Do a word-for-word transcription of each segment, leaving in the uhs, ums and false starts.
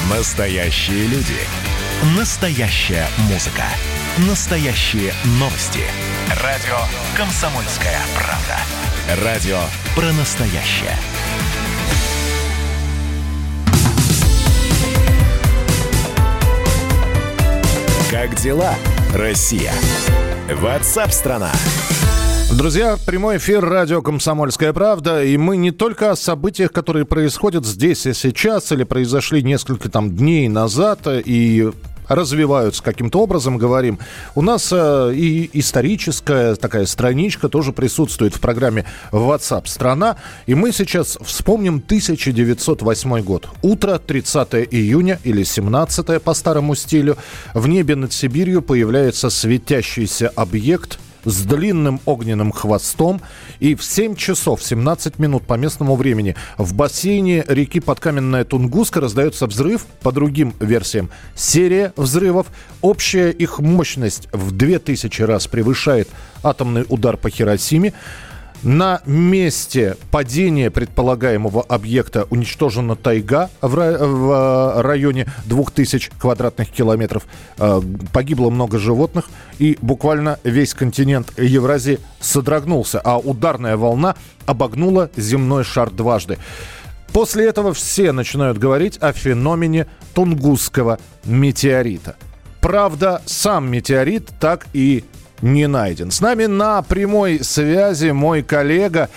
Настоящие люди. Настоящая музыка. Настоящие новости. Радио «Комсомольская правда». Радио про настоящее. Как дела, Россия? Ватсап-страна! Друзья, прямой эфир радио «Комсомольская правда», и мы не только о событиях, которые происходят здесь и сейчас, или произошли несколько там дней назад, и развиваются каким-то образом, говорим. У нас э, и историческая такая страничка тоже присутствует в программе WhatsApp страна. И мы сейчас вспомним тысяча девятьсот восьмой год. Утро, тридцатое июня или семнадцатое по старому стилю. В небе над Сибирью появляется светящийся объект с длинным огненным хвостом, и в семь часов семнадцать минут по местному времени в бассейне реки Подкаменная Тунгуска раздается взрыв, по другим версиям серия взрывов. Общая их мощность в две тысячи раз превышает атомный удар по Хиросиме. На месте падения предполагаемого объекта уничтожена тайга в, ра- в районе двух тысяч квадратных километров. Погибло много животных, и буквально весь континент Евразии содрогнулся, а ударная волна обогнула земной шар дважды. После этого все начинают говорить о феномене Тунгусского метеорита. Правда, сам метеорит так и не найден. С нами на прямой связи мой коллега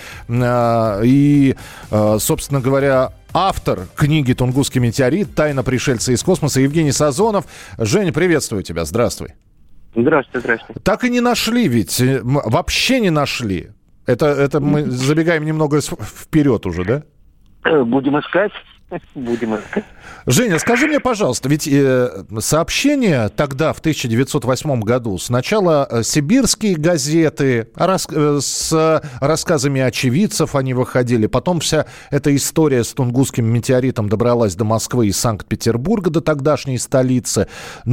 э, и, э, собственно говоря, автор книги «Тунгусский метеорит. Тайна пришельца из космоса» Евгений Сазонов. Женя, приветствую тебя. Здравствуй. Здравствуйте, здравствуйте. Так и не нашли ведь. Вообще не нашли. Это, это мы забегаем немного вперед уже, да? Будем искать. Будем искать. Женя, скажи мне, пожалуйста, ведь э, сообщения тогда, в тысяча девятьсот восьмом году, сначала сибирские газеты рас, э, с рассказами очевидцев они выходили, потом вся эта история с Тунгусским метеоритом добралась до Москвы и Санкт-Петербурга, до тогдашней столицы.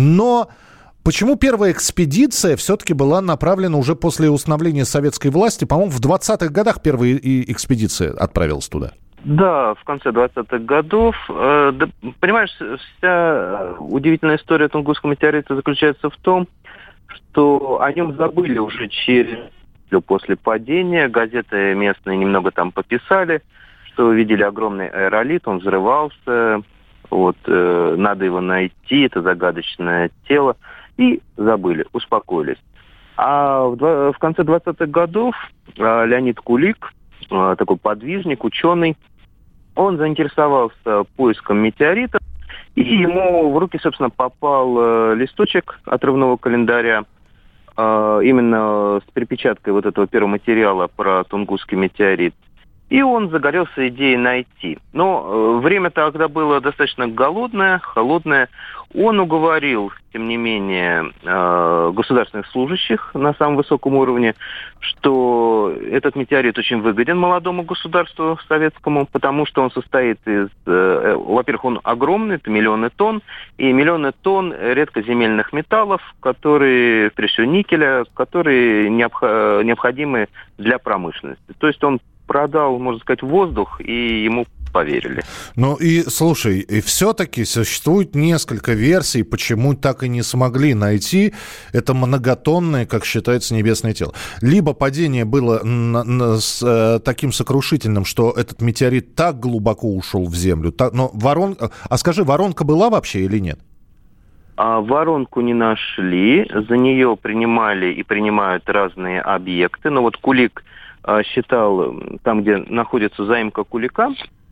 Но почему первая экспедиция все-таки была направлена уже после установления советской власти? По-моему, в двадцатых годах первая экспедиция отправилась туда. Да, в конце двадцатых годов. Э, да, понимаешь, вся удивительная история Тунгусского метеорита заключается в том, что о нем забыли уже через после падения. Газеты местные немного там пописали, что видели огромный аэролит, он взрывался, вот, э, надо его найти, это загадочное тело, и забыли, успокоились. А в, в конце двадцатых годов э, Леонид Кулик, э, такой подвижник, ученый, он заинтересовался поиском метеоритов, и ему в руки, собственно, попал э, листочек отрывного календаря, э, именно с перепечаткой вот этого первого материала про Тунгусский метеорит. И он загорелся идеей найти. Но э, время тогда было достаточно голодное, холодное. Он уговорил, тем не менее, э, государственных служащих на самом высоком уровне, что этот метеорит очень выгоден молодому государству советскому, потому что он состоит из... Э, во-первых, он огромный, это миллионы тонн, и миллионы тонн редкоземельных металлов, которые, прежде всего, никеля, которые необх- необходимы для промышленности. То есть он продал, можно сказать, воздух, и ему поверили. Ну и, слушай, и все-таки существует несколько версий, почему так и не смогли найти это многотонное, как считается, небесное тело. Либо падение было на, на, с, э, таким сокрушительным, что этот метеорит так глубоко ушел в землю. Так, но ворон... А скажи, воронка была вообще или нет? А воронку не нашли, за нее принимали и принимают разные объекты. Но вот Кулик считал, там, где находится заимка Кулика,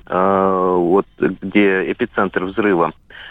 вот где эпицентр взрыва,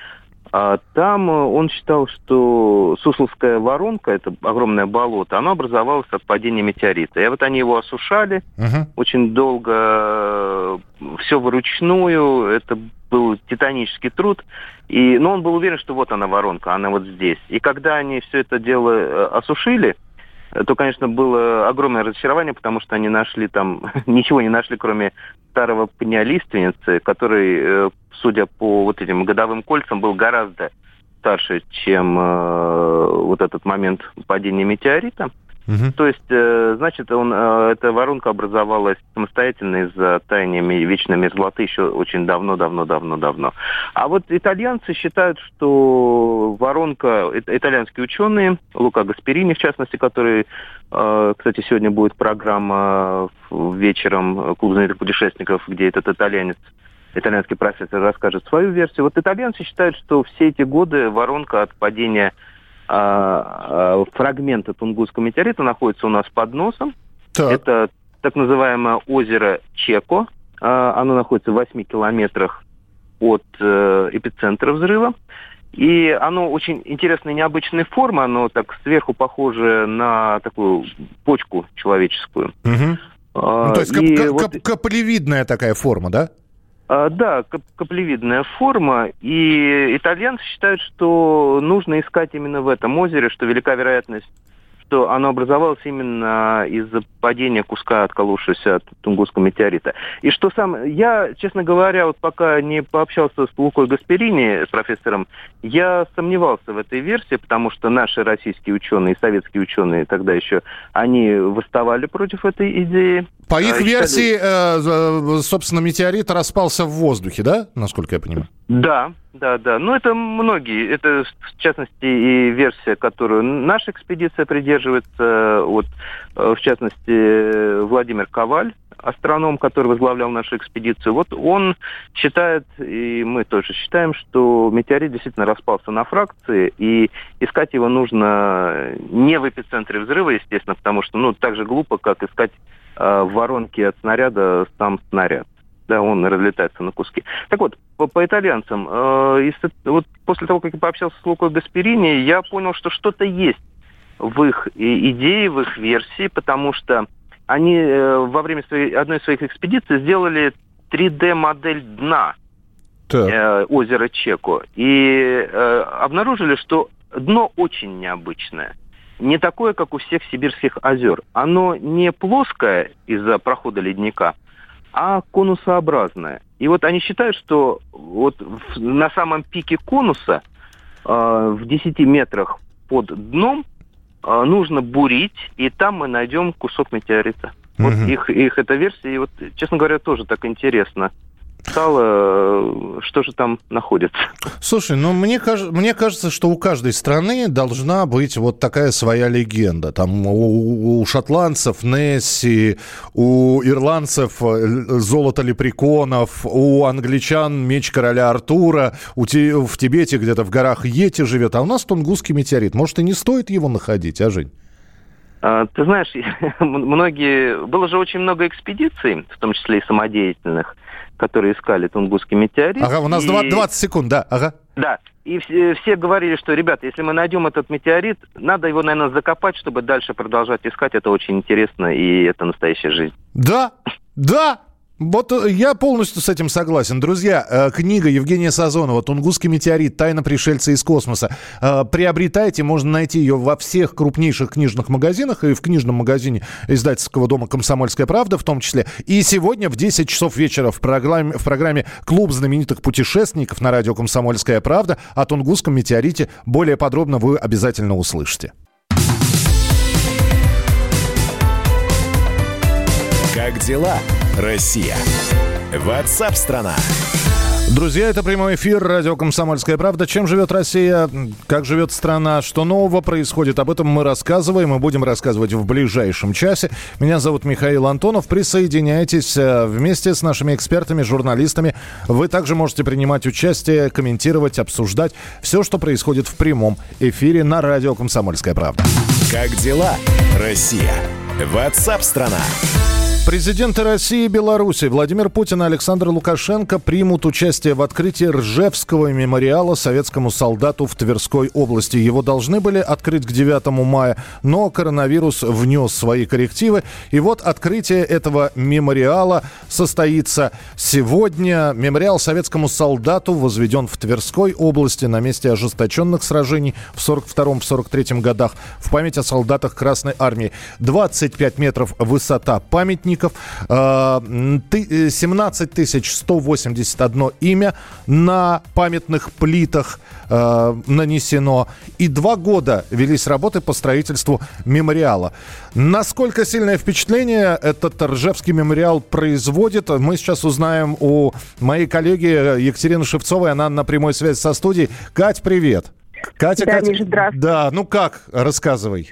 там он считал, что Сусловская воронка, это огромное болото, оно образовалось от падения метеорита. И вот они его осушали uh-huh. очень долго, все вручную, это был титанический труд. И, но он был уверен, что вот она воронка, она вот здесь. И когда они все это дело осушили, то, конечно, было огромное разочарование, потому что они нашли там, ничего не нашли, кроме старого пня лиственницы, который, судя по вот этим годовым кольцам, был гораздо старше, чем э, вот этот момент падения метеорита. Угу. То есть, э, значит, он, э, эта воронка образовалась самостоятельно из-за таяния вечной мерзлоты еще очень давно-давно-давно-давно. А вот итальянцы считают, что воронка, итальянские ученые, Лука Гасперини, в частности, который, э, кстати, сегодня будет программа вечером «Клуб знаменитых путешественников», где этот итальянец, итальянский профессор расскажет свою версию. Вот итальянцы считают, что все эти годы воронка от падения фрагмента Тунгусского метеорита находится у нас под носом. Так. Это так называемое озеро Чеко. Оно находится в восьми километрах от эпицентра взрыва. И оно очень интересной необычной формы. Оно так сверху похоже на такую почку человеческую. Угу. А, ну, то есть кап- кап- вот... каплевидная такая форма, да? А, да, каплевидная форма, и итальянцы считают, что нужно искать именно в этом озере, что велика вероятность, что оно образовалось именно из-за падения куска отколовшегося от Тунгусского метеорита. И что сам, я, честно говоря, вот пока не пообщался с Лукой Гасперини, с профессором, я сомневался в этой версии, потому что наши российские ученые и советские ученые тогда еще, они восставали против этой идеи. По их а, версии, считали... э, собственно, метеорит распался в воздухе, да, насколько я понимаю? Да, да, да. Ну, это многие. Это, в частности, и версия, которую наша экспедиция придерживается. Вот, в частности, Владимир Коваль, астроном, который возглавлял нашу экспедицию, вот он считает, и мы тоже считаем, что метеорит действительно распался на фракции, и искать его нужно не в эпицентре взрыва, естественно, потому что, ну, так же глупо, как искать в воронке от снаряда сам снаряд. Да, он разлетается на куски. Так вот, по, по итальянцам, э, из, вот после того, как я пообщался с Лукой Гасперини, я понял, что что-то есть в их идее, в их версии, потому что они э, во время своей, одной из своих экспедиций сделали три дэ-модель дна э, озера Чеко и э, обнаружили, что дно очень необычное. Не такое, как у всех сибирских озер. Оно не плоское из-за прохода ледника, а конусообразное. И вот они считают, что вот в, на самом пике конуса э, в десяти метрах под дном э, нужно бурить, и там мы найдем кусок метеорита. Mm-hmm. Вот их, их эта версия, и вот, честно говоря, тоже так интересно стало, что же там находится. Слушай, ну мне, каж- мне кажется, что у каждой страны должна быть вот такая своя легенда. Там у, у шотландцев Несси, у ирландцев золото лепреконов, у англичан меч короля Артура, у те- в Тибете где-то в горах Йети живет, а у нас Тунгусский метеорит. Может, и не стоит его находить, а, Жень? А, ты знаешь, многие... Было же очень много экспедиций, в том числе и самодеятельных, которые искали Тунгусский метеорит. Ага, у нас и... двадцать секунд, да, ага. Да, и все, все говорили, что, ребята, если мы найдем этот метеорит, надо его, наверное, закопать, чтобы дальше продолжать искать. Это очень интересно, и это настоящая жизнь. Да, да! Вот я полностью с этим согласен. Друзья, книга Евгения Сазонова «Тунгусский метеорит. Тайна пришельца из космоса». Приобретайте, можно найти ее во всех крупнейших книжных магазинах и в книжном магазине издательского дома «Комсомольская правда» в том числе. И сегодня в десять часов вечера в программе, в программе «Клуб знаменитых путешественников» на радио «Комсомольская правда» о Тунгусском метеорите более подробно вы обязательно услышите. Как дела, Россия? Ватсап-страна! Друзья, это прямой эфир, радио «Комсомольская правда». Чем живет Россия, как живет страна, что нового происходит, об этом мы рассказываем и будем рассказывать в ближайшем часе. Меня зовут Михаил Антонов. Присоединяйтесь вместе с нашими экспертами, журналистами. Вы также можете принимать участие, комментировать, обсуждать все, что происходит в прямом эфире на радио «Комсомольская правда». Как дела, Россия? Ватсап-страна! Президенты России и Беларуси Владимир Путин и Александр Лукашенко примут участие в открытии Ржевского мемориала советскому солдату в Тверской области. Его должны были открыть к девятому мая, но коронавирус внес свои коррективы. И вот открытие этого мемориала состоится сегодня. Мемориал советскому солдату возведен в Тверской области на месте ожесточенных сражений в сорок втором — сорок третьем годах в память о солдатах Красной Армии. двадцать пять метров высота памятника. памятников. семнадцать тысяч сто восемьдесят одно имя на памятных плитах нанесено. И два года велись работы по строительству мемориала. Насколько сильное впечатление этот Ржевский мемориал производит, мы сейчас узнаем у моей коллеги Екатерины Шевцовой. Она на прямой связи со студией. Кать, привет. Катя, да, Катя. Миша, здравствуй. Да, ну как? Рассказывай.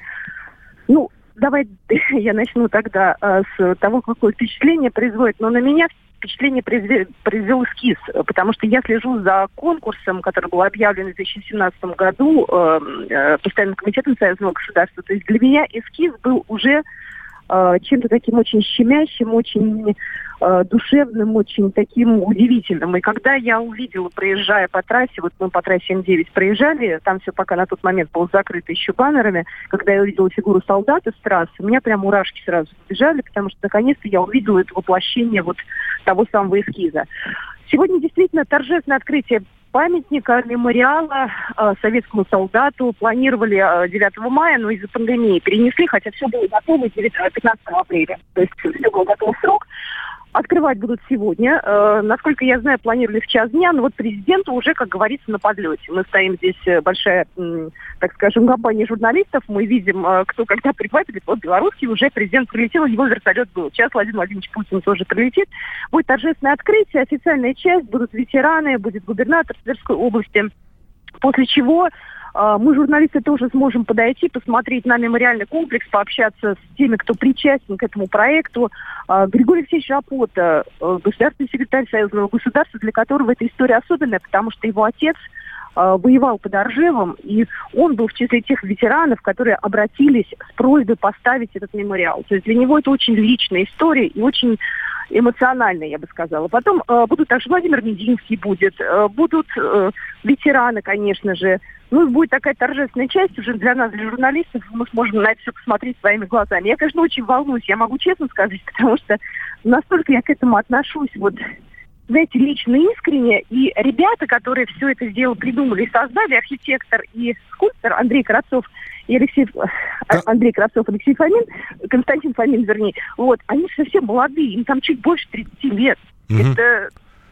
Ну, давай я начну тогда э, с того, какое впечатление производит. Но на меня впечатление произвел, произвел эскиз, потому что я слежу за конкурсом, который был объявлен в две тысячи семнадцатом году э, э, Постоянным комитетом Союзного государства. То есть для меня эскиз был уже э, чем-то таким очень щемящим, очень э, душевным, очень таким удивительным. И когда я увидела, проезжая по трассе, вот мы по трассе М девять проезжали, там все пока на тот момент было закрыто еще баннерами, когда я увидела фигуру солдата с трассы, у меня прям мурашки сразу побежали, потому что наконец-то я увидела это воплощение вот того самого эскиза. Сегодня действительно торжественное открытие памятника, мемориала э, советскому солдату. Планировали э, девятого мая, но из-за пандемии перенесли, хотя все было готово пятнадцатого апреля. То есть все было готово в срок. Открывать будут сегодня. Э, насколько я знаю, планировали в час дня, но вот президенту уже, как говорится, на подлете. Мы стоим здесь, большая, э, так скажем, компания журналистов. Мы видим, э, кто когда прибывает. Говорит, вот белорусский уже президент прилетел, его вертолет был. Сейчас Владимир Владимирович Путин тоже прилетит. Будет торжественное открытие, официальная часть, будут ветераны, будет губернатор Тверской области. После чего мы, журналисты, тоже сможем подойти, посмотреть на мемориальный комплекс, пообщаться с теми, кто причастен к этому проекту. Григорий Алексеевич Рапота, государственный секретарь Союзного государства, для которого эта история особенная, потому что его отец воевал под Ржевом, и он был в числе тех ветеранов, которые обратились с просьбой поставить этот мемориал. То есть для него это очень личная история и очень эмоциональная, я бы сказала. Потом э, будут также Владимир Мединский будет, э, будут э, ветераны, конечно же. Ну и будет такая торжественная часть уже для нас, для журналистов. Мы сможем на это все посмотреть своими глазами. Я, конечно, очень волнуюсь, я могу честно сказать, потому что настолько я к этому отношусь, вот, знаете, лично искренне. И ребята, которые все это дело придумали и создали, архитектор и скульптор Андрей Кравцов и Алексей, Андрей Кравцов, Алексей Фомин, Константин Фомин, вернее, вот, они совсем молодые, им там чуть больше тридцати лет. Mm-hmm. Это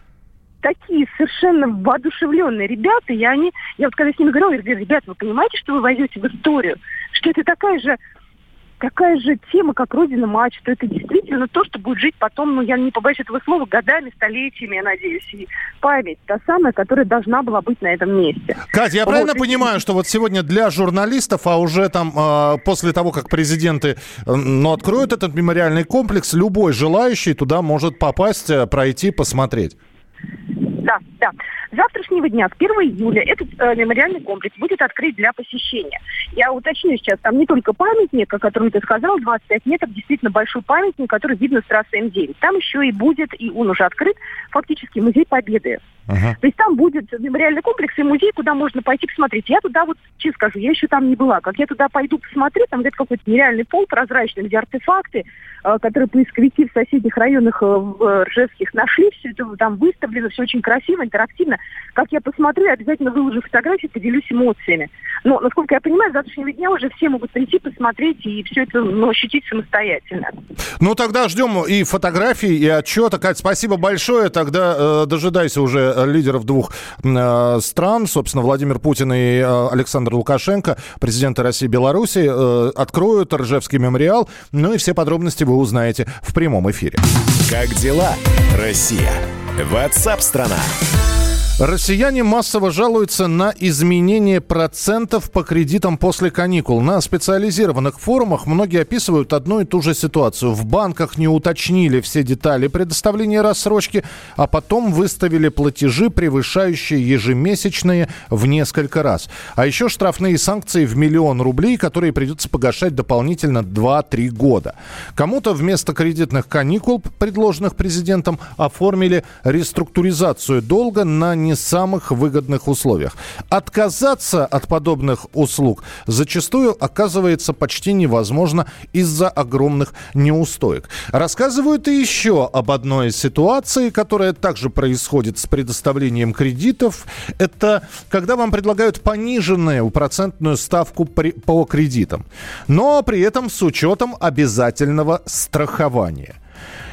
такие совершенно воодушевленные ребята, и они, я вот когда с ними говорила, я говорю, ребята, вы понимаете, что вы войдете в историю, что это такая же такая же тема, как Родина-мать, что это действительно то, что будет жить потом, ну, я не побоюсь этого слова, годами, столетиями, я надеюсь. И память, та самая, которая должна была быть на этом месте. Катя, я вот. правильно понимаю, что вот сегодня для журналистов, а уже там э, после того, как президенты э, ну, откроют этот мемориальный комплекс, любой желающий туда может попасть, пройти, посмотреть? Да, да. С завтрашнего дня, с первого июля, этот э, мемориальный комплекс будет открыт для посещения. Я уточню сейчас, там не только памятник, о котором ты сказал, двадцать пять метров, действительно большой памятник, который видно с трассы М девять. Там еще и будет, и он уже открыт, фактически музей Победы. Uh-huh. То есть там будет мемориальный комплекс и музей, куда можно пойти посмотреть. Я туда вот, честно скажу, я еще там не была. Как я туда пойду посмотреть, там где-то какой-то нереальный пол прозрачный, где артефакты, э, которые поисковики в соседних районах э, в, Ржевских нашли, все это там выставлено, все очень красиво, интерактивно. Как я посмотрю, я обязательно выложу фотографии, поделюсь эмоциями. Но, насколько я понимаю, с завтрашнего дня уже все могут прийти, посмотреть и все это, ну, ощутить самостоятельно. Ну, тогда ждем и фотографий, и отчета. Кать, спасибо большое. Тогда э, дожидайся уже лидеров двух э, стран, собственно, Владимир Путин и э, Александр Лукашенко, президенты России и Беларуси, э, откроют Ржевский мемориал. Ну и все подробности вы узнаете в прямом эфире. Как дела, Россия? WhatsApp-страна. Россияне массово жалуются на изменение процентов по кредитам после каникул. На специализированных форумах многие описывают одну и ту же ситуацию. В банках не уточнили все детали предоставления рассрочки, а потом выставили платежи, превышающие ежемесячные в несколько раз. А еще штрафные санкции в миллион рублей, которые придется погашать дополнительно два-три года. Кому-то вместо кредитных каникул, предложенных президентом, оформили реструктуризацию долга на не самых выгодных условиях. Отказаться от подобных услуг зачастую оказывается почти невозможно из-за огромных неустоек. Рассказывают и еще об одной ситуации, которая также происходит с предоставлением кредитов. Это когда вам предлагают пониженную процентную ставку при, по кредитам, но при этом с учетом обязательного страхования.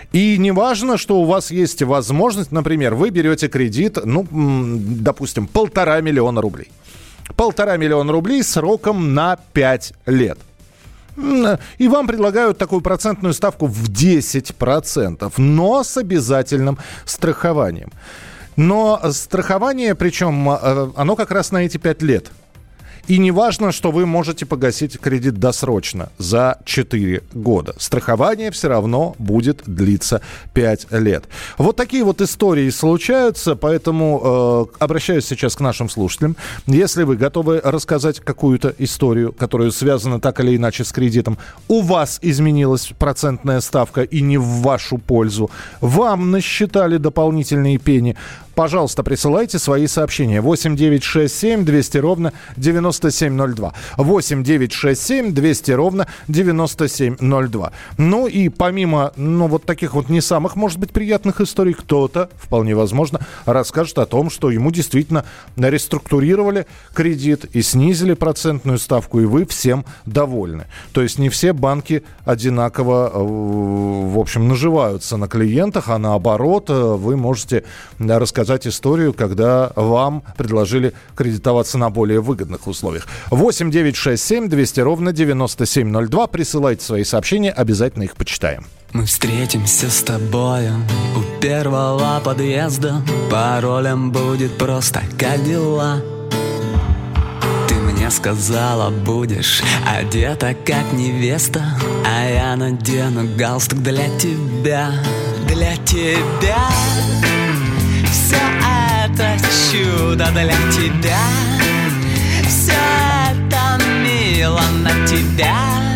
И не важно, что у вас есть возможность, например, вы берете кредит, ну, допустим, полтора миллиона рублей. Полтора миллиона рублей сроком на пять лет. И вам предлагают такую процентную ставку в десять процентов, но с обязательным страхованием. Но страхование, причем, оно как раз на эти пять лет. И не важно, что вы можете погасить кредит досрочно за четыре года. Страхование все равно будет длиться пять лет. Вот такие вот истории случаются, поэтому э, обращаюсь сейчас к нашим слушателям. Если вы готовы рассказать какую-то историю, которая связана так или иначе с кредитом, у вас изменилась процентная ставка и не в вашу пользу, вам насчитали дополнительные пени, пожалуйста, присылайте свои сообщения. восемь девятьсот шестьдесят семь двести ровно девяносто семь ноль два. восемь девятьсот шестьдесят семь двести ровно девяносто семь ноль два. Ну и помимо, ну, вот таких вот не самых, может быть, приятных историй, кто-то, вполне возможно, расскажет о том, что ему действительно реструктурировали кредит и снизили процентную ставку, и вы всем довольны. То есть не все банки одинаково, в общем, наживаются на клиентах, а наоборот, вы можете рассказать историю, когда вам предложили кредитоваться на более выгодных условиях. восемь девятьсот шестьдесят семь двести ровно девяносто семь ноль два. Присылайте свои сообщения, обязательно их почитаем. Мы встретимся с тобою у первого подъезда. Паролем будет просто «Как дела?». Ты мне сказала, будешь одета как невеста, а я надену галстук для тебя. Для тебя все это чудо для тебя. Все это мило на тебя.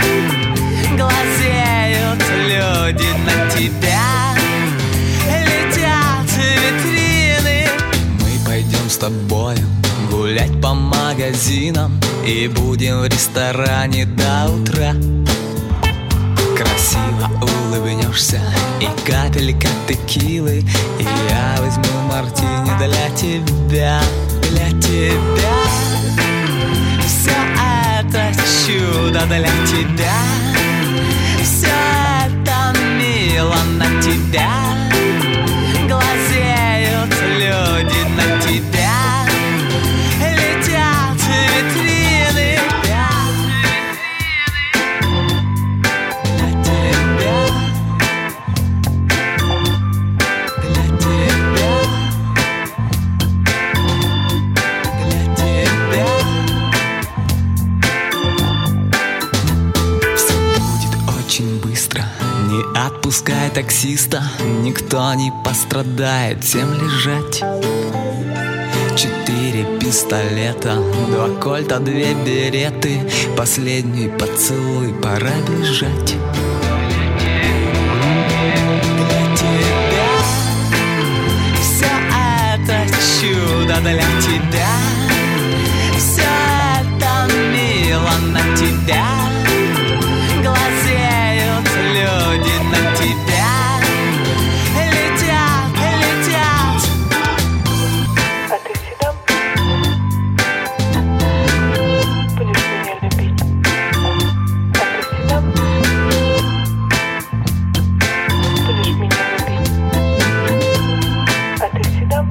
Глазеют люди на тебя. Летят витрины. Мы пойдем с тобою гулять по магазинам и будем в ресторане до утра. Красиво улыбнешься и капелька текилы, и я возьму мартини для тебя. Для тебя все это чудо для тебя. Все это мило на тебя. Глазеют люди на тебя. Летят витрины. Отпускай таксиста, никто не пострадает, всем лежать. Четыре пистолета, два кольта, две береты, последний поцелуй, пора бежать. Для тебя все это чудо для тебя. Все это мило на тебя. Глазеют люди на тебя. Летят, летят. А ты всегда будешь меня любить. А ты всегда будешь меня любить. А ты всегда.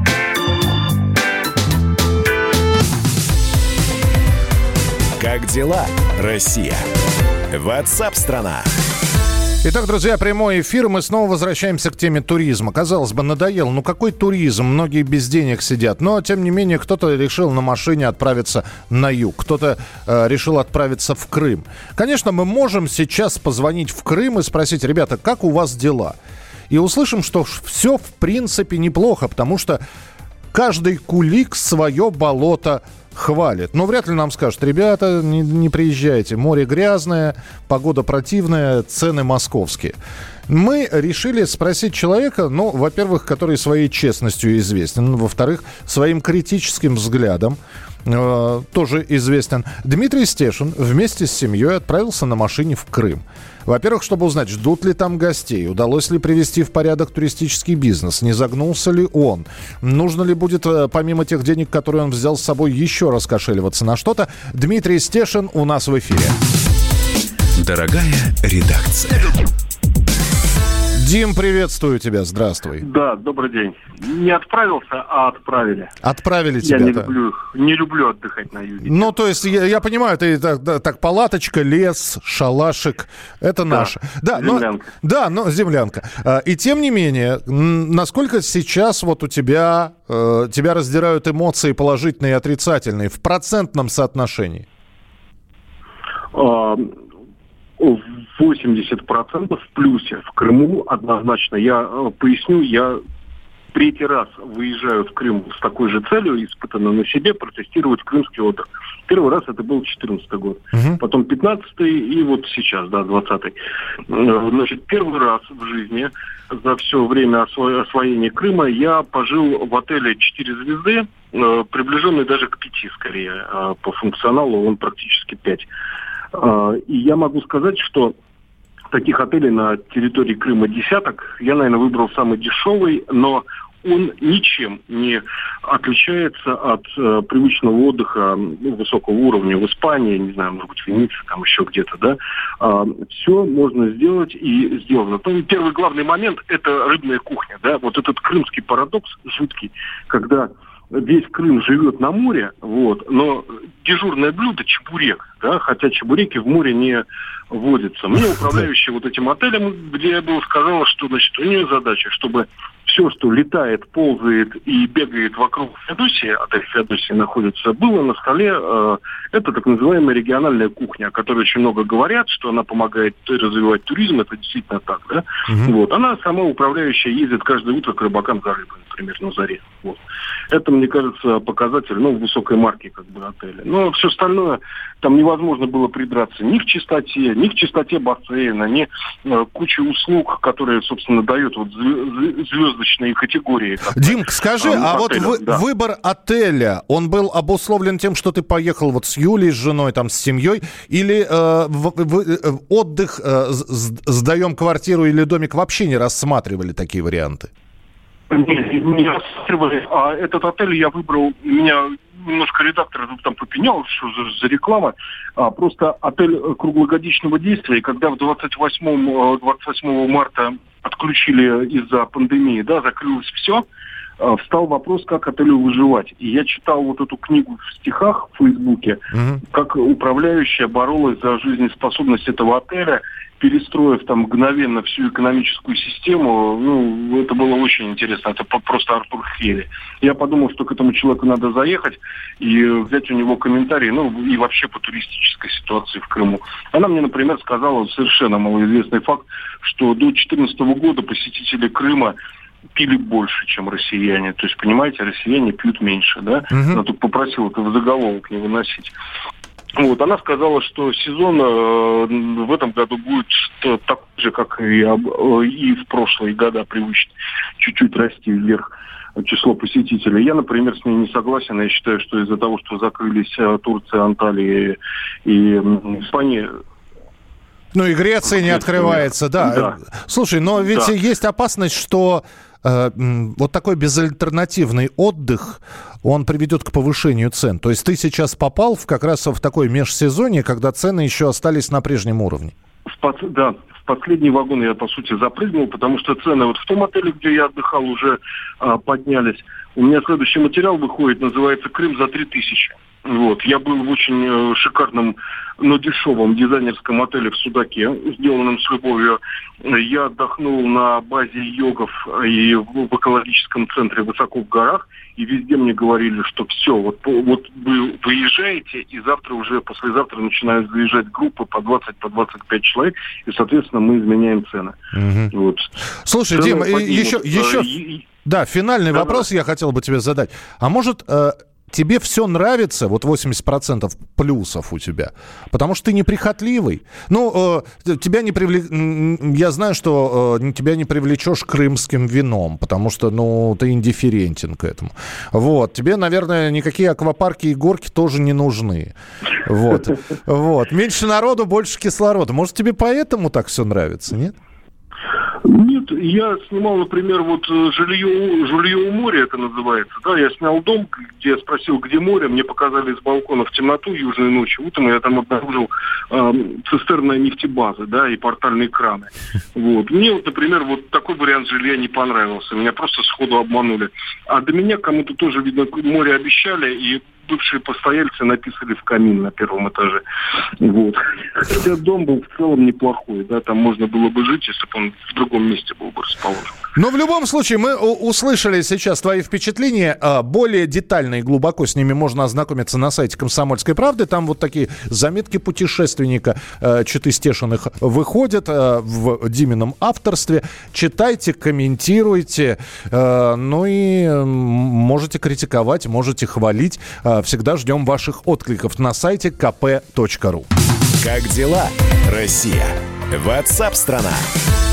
Как дела, Россия? WhatsApp-страна. Итак, друзья, прямой эфир. Мы снова возвращаемся к теме туризма. Казалось бы, надоел. Ну, какой туризм? Многие без денег сидят. Но, тем не менее, кто-то решил на машине отправиться на юг. Кто-то э, решил отправиться в Крым. Конечно, мы можем сейчас позвонить в Крым и спросить: ребята, как у вас дела? И услышим, что все, в принципе, неплохо, потому что каждый кулик свое болото хвалит. Но вряд ли нам скажут: ребята, не, не приезжайте, море грязное, погода противная, цены московские. Мы решили спросить человека, ну, во-первых, который своей честностью известен, во-вторых, своим критическим взглядом э, тоже известен. Дмитрий Стешин вместе с семьей отправился на машине в Крым. Во-первых, чтобы узнать, ждут ли там гостей, удалось ли привести в порядок туристический бизнес, не загнулся ли он, нужно ли будет, помимо тех денег, которые он взял с собой, еще раскошеливаться на что-то. Дмитрий Стешин у нас в эфире. Дорогая редакция. Дим, приветствую тебя, здравствуй. Да, добрый день. Не отправился, а отправили. Отправили Я тебя. не да. люблю, не люблю отдыхать на юге. Ну, то есть, я, я понимаю, ты так, да, так палаточка, лес, шалашик, это Да, наше. Да, землянка. Но, да, но землянка. А, И тем не менее, м, насколько сейчас вот у тебя, э, тебя раздирают эмоции положительные и отрицательные в процентном соотношении? А, восемьдесят процентов в плюсе в Крыму однозначно. Я э, поясню, я третий раз выезжаю в Крым с такой же целью, испытанной на себе, протестировать крымский отдых. Первый раз это был четырнадцатый год, Мгм. потом пятнадцатый и вот сейчас, да, двадцатый. Э, Значит, первый раз в жизни за все время осво- освоения Крыма я пожил в отеле четыре звезды, э, приближенный даже к пяти скорее. Э, По функционалу он практически пять. Э, И я могу сказать, что таких отелей на территории Крыма десяток. Я, наверное, выбрал самый дешевый, но он ничем не отличается от э, привычного отдыха ну, высокого уровня в Испании, не знаю, может быть, в Венеции, там еще где-то, да. А, все можно сделать и сделано. То, первый главный момент – это рыбная кухня, да. Вот этот крымский парадокс жуткий, когда весь Крым живет на море, вот, но дежурное блюдо – чебурек, да, хотя чебуреки в море не водятся. Мне управляющая вот этим отелем, где я был, сказала, что, значит, у нее задача, чтобы все, что летает, ползает и бегает вокруг Феодосии, отель Феодосии находится, было на столе. Э, это так называемая региональная кухня, о которой очень много говорят, что она помогает развивать туризм, это действительно так, да. Мгм. Вот. Она сама управляющая ездит каждое утро к рыбакам за рыбой, например, на заре. Вот. Это, мне кажется, показатель, ну, высокой марки, как бы, отеля. Но все остальное, там невозможно было придраться ни к чистоте, ни к чистоте бассейна, ни э, куче услуг, которые, собственно, дают вот зве- звездочные категории. как бы, Дим, скажи, э, а вот отелям, вы- да. выбор отеля, он был обусловлен тем, что ты поехал вот с Юлей, с женой, там, с семьей, или э, в- в- э, отдых, э, с- с- сдаем квартиру или домик, вообще не рассматривали такие варианты? Не, не рассматривали. А этот отель я выбрал, меня немножко редактор там попенял, что за, за реклама. А, просто отель круглогодичного действия, и когда в двадцать восьмого, двадцать восьмого марта отключили из-за пандемии, да, закрылось все, а, встал вопрос, как отелю выживать. И я читал вот эту книгу в стихах в Фейсбуке, Мгм. как управляющая боролась за жизнеспособность этого отеля, перестроив там мгновенно всю экономическую систему. Ну, это было очень интересно. Это по- просто Артур Хейли. Я подумал, что к этому человеку надо заехать и взять у него комментарии, ну, и вообще по туристической ситуации в Крыму. Она мне, например, сказала совершенно малоизвестный факт, что до две тысячи четырнадцатого года посетители Крыма пили больше, чем россияне. То есть, понимаете, россияне пьют меньше, да? Мгм. Она тут попросила это в заголовок не выносить. Вот, она сказала, что сезон э, в этом году будет что- такой же, как и, об- э, и в прошлые года, привычно чуть-чуть расти вверх число посетителей. Я, например, с ней не согласен. Я считаю, что из-за того, что закрылись э, Турция, Анталия и м, Испания. Ну и Греция не Греция, открывается, да. да. Слушай, но ведь Да. есть опасность, что э, м, вот такой безальтернативный отдых, он приведет к повышению цен. То есть ты сейчас попал в, как раз в такое межсезонье, когда цены еще остались на прежнем уровне. В пос- да, в последний вагон я, по сути, запрыгнул, потому что цены вот в том отеле, где я отдыхал, уже а, поднялись. У меня следующий материал выходит, называется «Крым за три тысячи». Вот. Я был в очень э, шикарном, но дешевом дизайнерском отеле в Судаке, сделанном с любовью. Я отдохнул на базе йогов и в, в экологическом центре высоко в горах. И везде мне говорили, что все, вот, по- вот вы выезжаете, и завтра уже, послезавтра начинают заезжать группы по двадцать, по двадцать пять человек, и, соответственно, мы изменяем цены. Вот. Слушай, Цены Дим, и поднимут. еще, Э, еще, и- и- да, финальный Да, вопрос я хотел бы тебе задать. А может, э, тебе все нравится, вот восемьдесят процентов плюсов у тебя, потому что ты неприхотливый? Ну, э, тебя не привлек... м, я знаю, что э, тебя не привлечешь крымским вином, потому что, ну, ты индифферентен к этому. Вот. Тебе, наверное, никакие аквапарки и горки тоже не нужны. Вот. Вот. Меньше народу, больше кислорода. Может, тебе поэтому так все нравится, нет? Нет, Вот. Я снимал, например, вот жилье, жилье у моря, это называется. Да, я снял дом, где я спросил, где море. Мне показали с балкона в темноту южной ночи. Утром я там обнаружил э, цистерны нефтебазы, да, и портальные краны. Вот. Мне вот, например, вот такой вариант жилья не понравился. Меня просто сходу обманули. А до меня кому-то тоже, видно, море обещали, и бывшие постояльцы написали в камин на первом этаже. Вот. Хотя дом был в целом неплохой, да, там можно было бы жить, если бы он в другом месте был бы расположен. Но в любом случае мы услышали сейчас твои впечатления. Более детально и глубоко с ними можно ознакомиться на сайте «Комсомольской правды». Там вот такие заметки путешественника Читы Стешиных выходят в Димином авторстве. Читайте, комментируйте. Ну и можете критиковать, можете хвалить. Всегда ждем ваших откликов на сайте ка пэ точка ру. Как дела, Россия? WhatsApp-страна.